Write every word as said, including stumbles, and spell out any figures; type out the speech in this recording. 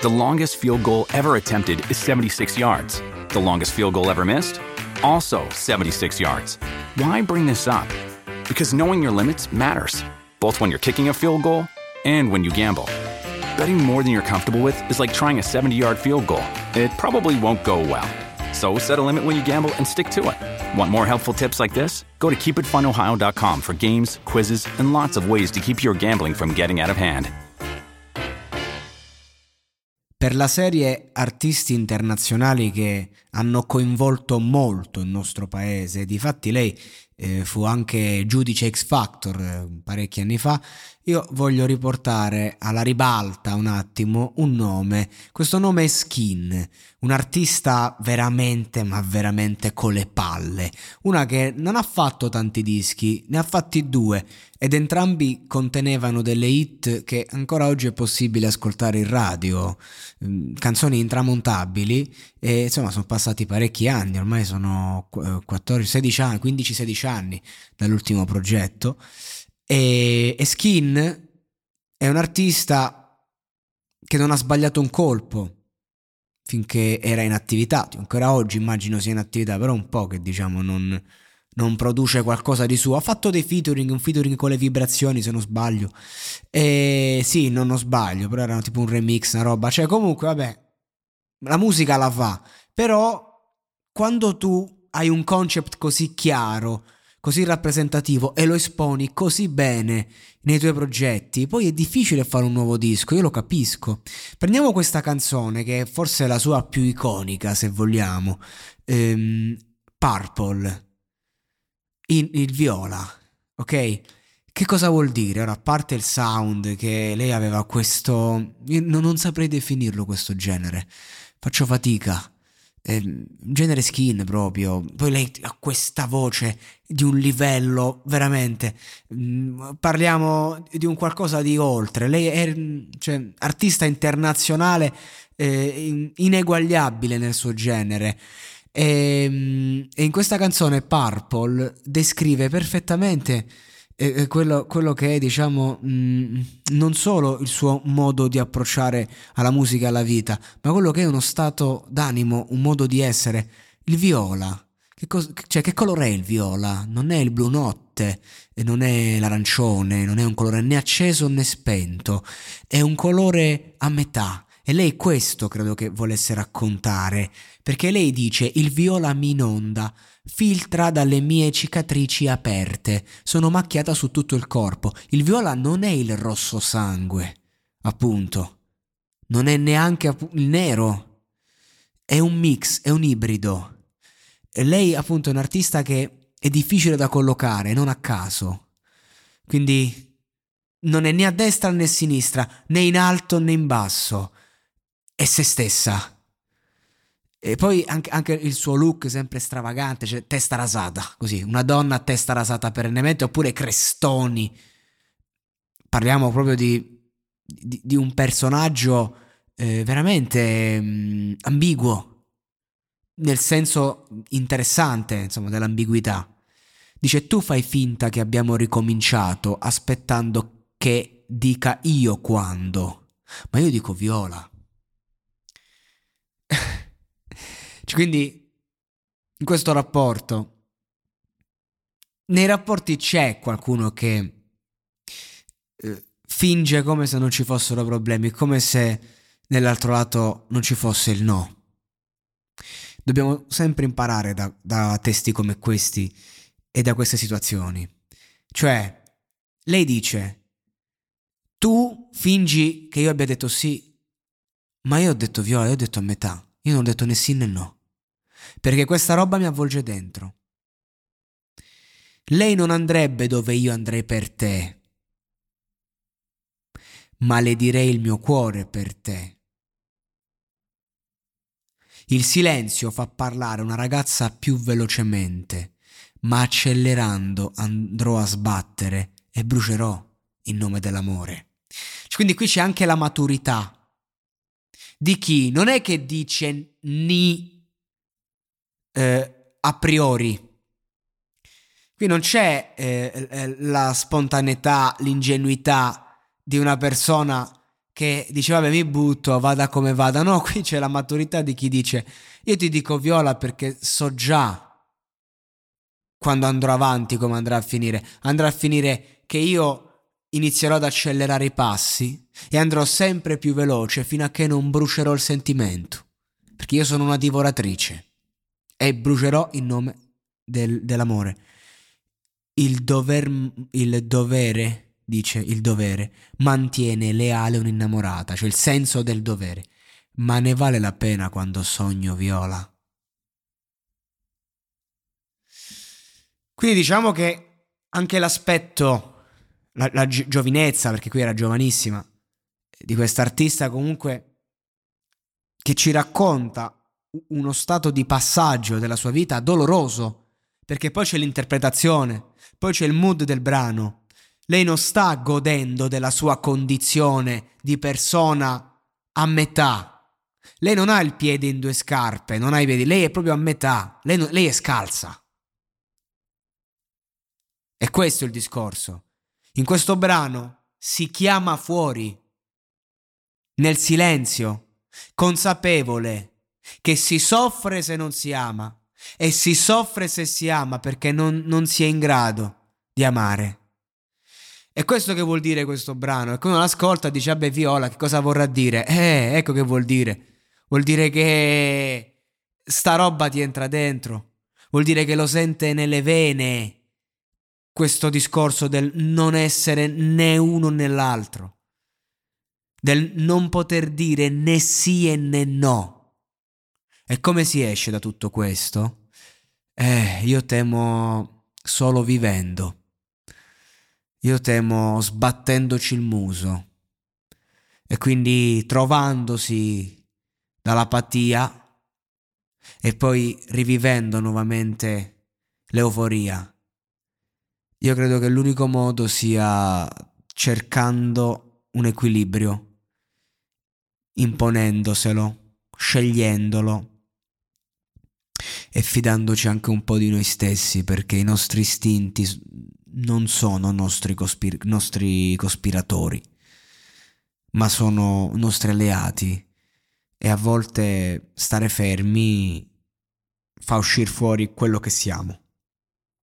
The longest field goal ever attempted is seventy-six yards. The longest field goal ever missed? Also seventy-six yards. Why bring this up? Because knowing your limits matters, both when you're kicking a field goal and when you gamble. Betting more than you're comfortable with is like trying a seventy-yard field goal. It probably won't go well. So set a limit when you gamble and stick to it. Want more helpful tips like this? Go to keep it fun ohio dot com for games, quizzes, and lots of ways to keep your gambling from getting out of hand. Per la serie artisti internazionali che hanno coinvolto molto il nostro paese, difatti lei eh, fu anche giudice X Factor eh, parecchi anni fa, io voglio riportare alla ribalta un attimo un nome. Questo nome è Skin, un'artista veramente ma veramente con le palle, una che non ha fatto tanti dischi, ne ha fatti due ed entrambi contenevano delle hit che ancora oggi è possibile ascoltare in radio, canzoni intramontabili, e insomma sono passati parecchi anni, ormai sono quattordici, sedici anni, quindici sedici anni dall'ultimo progetto. E, e Skin è un artista che non ha sbagliato un colpo finché era in attività, ancora oggi immagino sia in attività, però un po' che diciamo non, non produce qualcosa di suo. Ha fatto dei featuring, un featuring con le vibrazioni se non sbaglio, e sì, non, non sbaglio, però era tipo un remix, una roba, cioè comunque vabbè, la musica la fa, però quando tu hai un concept così chiaro, così rappresentativo e lo esponi così bene nei tuoi progetti, poi è difficile fare un nuovo disco, io lo capisco. Prendiamo questa canzone che è forse la sua più iconica, se vogliamo, ehm, Purple, in, il viola, ok? Che cosa vuol dire? Ora, a parte il sound, che lei aveva questo, io non, non saprei definirlo questo genere, faccio fatica. Eh, genere Skin proprio. Poi lei ha questa voce di un livello veramente, mh, parliamo di un qualcosa di oltre. Lei è, cioè, artista internazionale, eh, ineguagliabile nel suo genere, e, e in questa canzone Purple descrive perfettamente eh, quello, quello che è, diciamo, mh, non solo il suo modo di approcciare alla musica e alla vita, ma quello che è uno stato d'animo, un modo di essere. Il viola, che, cos- cioè, che colore è il viola? Non è il blu notte e non è l'arancione, non è un colore né acceso né spento, è un colore a metà. E lei questo credo che volesse raccontare, perché lei dice: il viola mi inonda, filtra dalle mie cicatrici aperte, sono macchiata su tutto il corpo. Il viola non è il rosso sangue, appunto, non è neanche il nero, è un mix, è un ibrido. E lei appunto è un artista che è difficile da collocare, non a caso, quindi non è né a destra né a sinistra, né in alto né in basso, è se stessa. E poi anche, anche il suo look sempre stravagante, cioè testa rasata, così, una donna a testa rasata perennemente, oppure crestoni. Parliamo proprio di, di, di un personaggio eh, veramente mh, ambiguo, nel senso interessante, insomma, dell'ambiguità. Dice: tu fai finta che abbiamo ricominciato aspettando che dica io quando, ma io dico viola. Quindi in questo rapporto, nei rapporti c'è qualcuno che eh, finge come se non ci fossero problemi, come se nell'altro lato non ci fosse il no. Dobbiamo sempre imparare da, da testi come questi e da queste situazioni. Cioè, lei dice: tu fingi che io abbia detto sì, ma io ho detto viola, io ho detto a metà, io non ho detto né sì né no, perché questa roba mi avvolge dentro. Lei non andrebbe dove io andrei per te, ma le direi il mio cuore per te. Il silenzio fa parlare una ragazza più velocemente, ma accelerando andrò a sbattere e brucerò in nome dell'amore. Quindi qui c'è anche la maturità di chi non è che dice ni eh, a priori. Qui non c'è eh, la spontaneità, l'ingenuità di una persona che dice vabbè mi butto, vada come vada. No, qui c'è la maturità di chi dice io ti dico Viola perché so già quando andrò avanti come andrà a finire. Andrà a finire che io inizierò ad accelerare i passi e andrò sempre più veloce fino a che non brucerò il sentimento, perché io sono una divoratrice e brucerò in nome del, dell'amore. Il dover, il dovere, dice il dovere, mantiene leale un'innamorata, cioè il senso del dovere. Ma ne vale la pena quando sogno Viola? Quindi diciamo che anche l'aspetto, la, la gi- giovinezza, perché qui era giovanissima, di quest'artista comunque che ci racconta uno stato di passaggio della sua vita doloroso, perché poi c'è l'interpretazione, poi c'è il mood del brano. Lei non sta godendo della sua condizione di persona a metà. Lei non ha il piede in due scarpe, non ha i piedi, lei è proprio a metà, lei, non, lei è scalza. E questo è il discorso. In questo brano si chiama fuori, nel silenzio, consapevole che si soffre se non si ama e si soffre se si ama perché non, non si è in grado di amare. E questo che vuol dire questo brano? E quando l'ascolta dice vabbè Viola che cosa vorrà dire? Eh, ecco che vuol dire. Vuol dire che sta roba ti entra dentro, vuol dire che lo sente nelle vene, questo discorso del non essere né uno né l'altro, del non poter dire né sì e né no. E come si esce da tutto questo? Eh, io temo solo vivendo. Io temo sbattendoci il muso e quindi trovandosi dall'apatia e poi rivivendo nuovamente l'euforia. Io credo che l'unico modo sia cercando un equilibrio, imponendoselo, scegliendolo e fidandoci anche un po' di noi stessi, perché i nostri istinti non sono nostri, cospir- nostri cospiratori, ma sono nostri alleati, e a volte stare fermi fa uscire fuori quello che siamo.